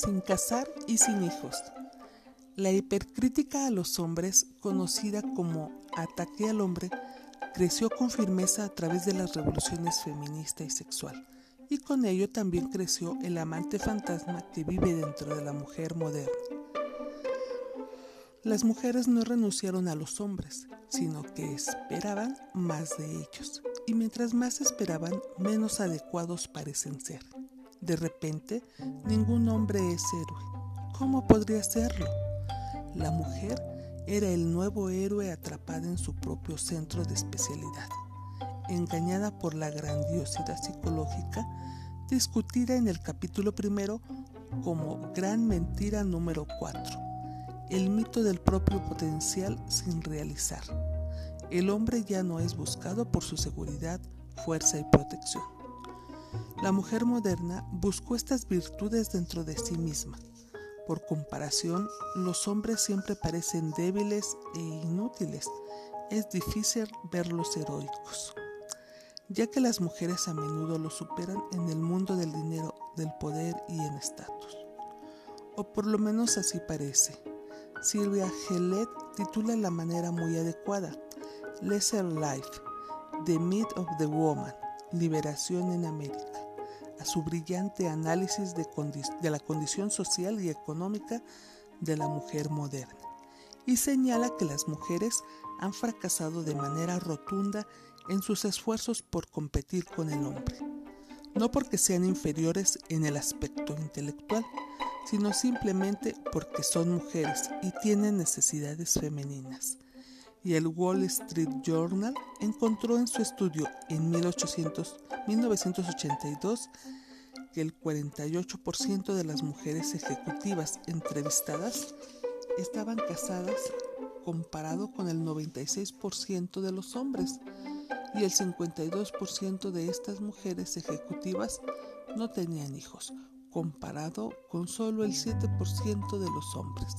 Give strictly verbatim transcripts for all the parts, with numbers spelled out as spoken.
sin casar y sin hijos. La hipercrítica a los hombres, conocida como ataque al hombre, creció con firmeza a través de las revoluciones feminista y sexual, y con ello también creció el amante fantasma que vive dentro de la mujer moderna. Las mujeres no renunciaron a los hombres, sino que esperaban más de ellos, y mientras más esperaban, menos adecuados parecen ser. De repente, ningún hombre es héroe. ¿Cómo podría serlo? La mujer era el nuevo héroe atrapada en su propio centro de especialidad, engañada por la grandiosidad psicológica discutida en el capítulo primero como gran mentira número cuatro, el mito del propio potencial sin realizar. El hombre ya no es buscado por su seguridad, fuerza y protección. La mujer moderna buscó estas virtudes dentro de sí misma. Por comparación, los hombres siempre parecen débiles e inútiles. Es difícil verlos heroicos, ya que las mujeres a menudo los superan en el mundo del dinero, del poder y en estatus. O por lo menos así parece. Sylvia Gellert titula la manera muy adecuada, Lesser Life, The Myth of the Woman, Liberación en América, a su brillante análisis de, condi- de la condición social y económica de la mujer moderna, y señala que las mujeres han fracasado de manera rotunda en sus esfuerzos por competir con el hombre, no porque sean inferiores en el aspecto intelectual, sino simplemente porque son mujeres y tienen necesidades femeninas. Y el Wall Street Journal encontró en su estudio en mil novecientos ochenta y dos que el cuarenta y ocho por ciento de las mujeres ejecutivas entrevistadas estaban casadas, comparado con el noventa y seis por ciento de los hombres, y el cincuenta y dos por ciento de estas mujeres ejecutivas no tenían hijos, comparado con solo el siete por ciento de los hombres.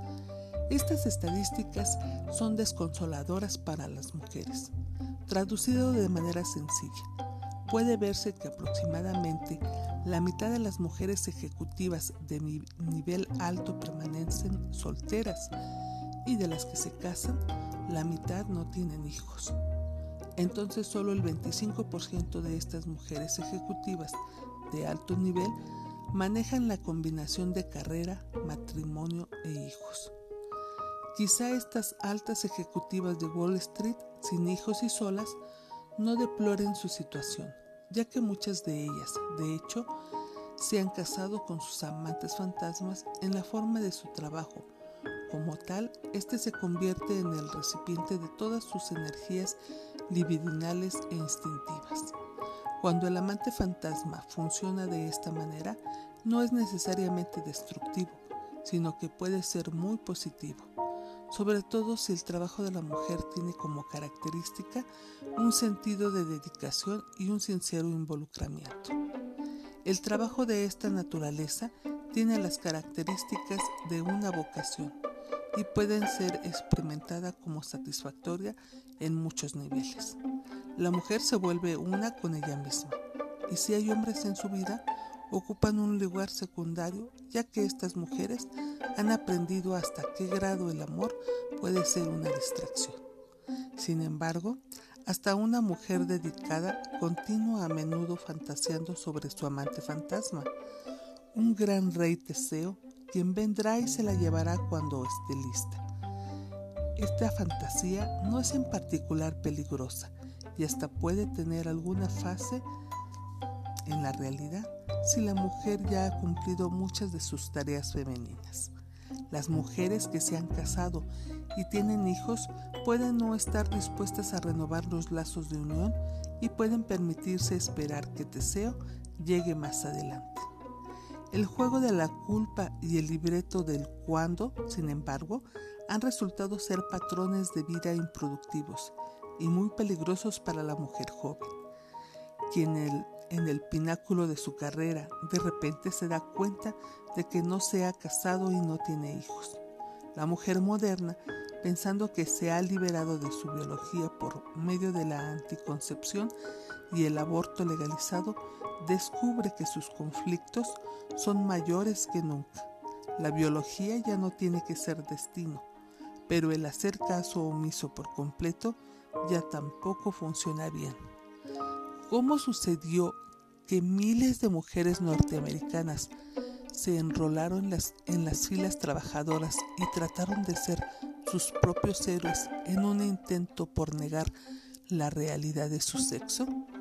Estas estadísticas son desconsoladoras para las mujeres. Traducido de manera sencilla, puede verse que aproximadamente la mitad de las mujeres ejecutivas de mi nivel alto permanecen solteras y de las que se casan, la mitad no tienen hijos. Entonces solo el veinticinco por ciento de estas mujeres ejecutivas de alto nivel manejan la combinación de carrera, matrimonio e hijos. Quizá estas altas ejecutivas de Wall Street, sin hijos y solas, no deploren su situación, ya que muchas de ellas, de hecho, se han casado con sus amantes fantasmas en la forma de su trabajo. Como tal, este se convierte en el recipiente de todas sus energías libidinales e instintivas. Cuando el amante fantasma funciona de esta manera, no es necesariamente destructivo, sino que puede ser muy positivo, sobre todo si el trabajo de la mujer tiene como característica un sentido de dedicación y un sincero involucramiento. El trabajo de esta naturaleza tiene las características de una vocación y pueden ser experimentada como satisfactoria en muchos niveles. La mujer se vuelve una con ella misma, y si hay hombres en su vida, ocupan un lugar secundario, ya que estas mujeres han aprendido hasta qué grado el amor puede ser una distracción. Sin embargo, hasta una mujer dedicada continúa a menudo fantaseando sobre su amante fantasma, un gran rey Teseo, quien vendrá y se la llevará cuando esté lista. Esta fantasía no es en particular peligrosa y hasta puede tener alguna fase en la realidad si la mujer ya ha cumplido muchas de sus tareas femeninas. Las mujeres que se han casado y tienen hijos pueden no estar dispuestas a renovar los lazos de unión y pueden permitirse esperar que Teseo llegue más adelante. El juego de la culpa y el libreto del cuándo, sin embargo, han resultado ser patrones de vida improductivos y muy peligrosos para la mujer joven, quien el, en el pináculo de su carrera de repente se da cuenta de que no se ha casado y no tiene hijos. La mujer moderna pensando que se ha liberado de su biología por medio de la anticoncepción y el aborto legalizado, descubre que sus conflictos son mayores que nunca. La biología ya no tiene que ser destino, pero el hacer caso omiso por completo ya tampoco funciona bien. ¿Cómo sucedió que miles de mujeres norteamericanas se enrolaron en las, en las filas trabajadoras y trataron de ser sus propios héroes en un intento por negar la realidad de su sexo?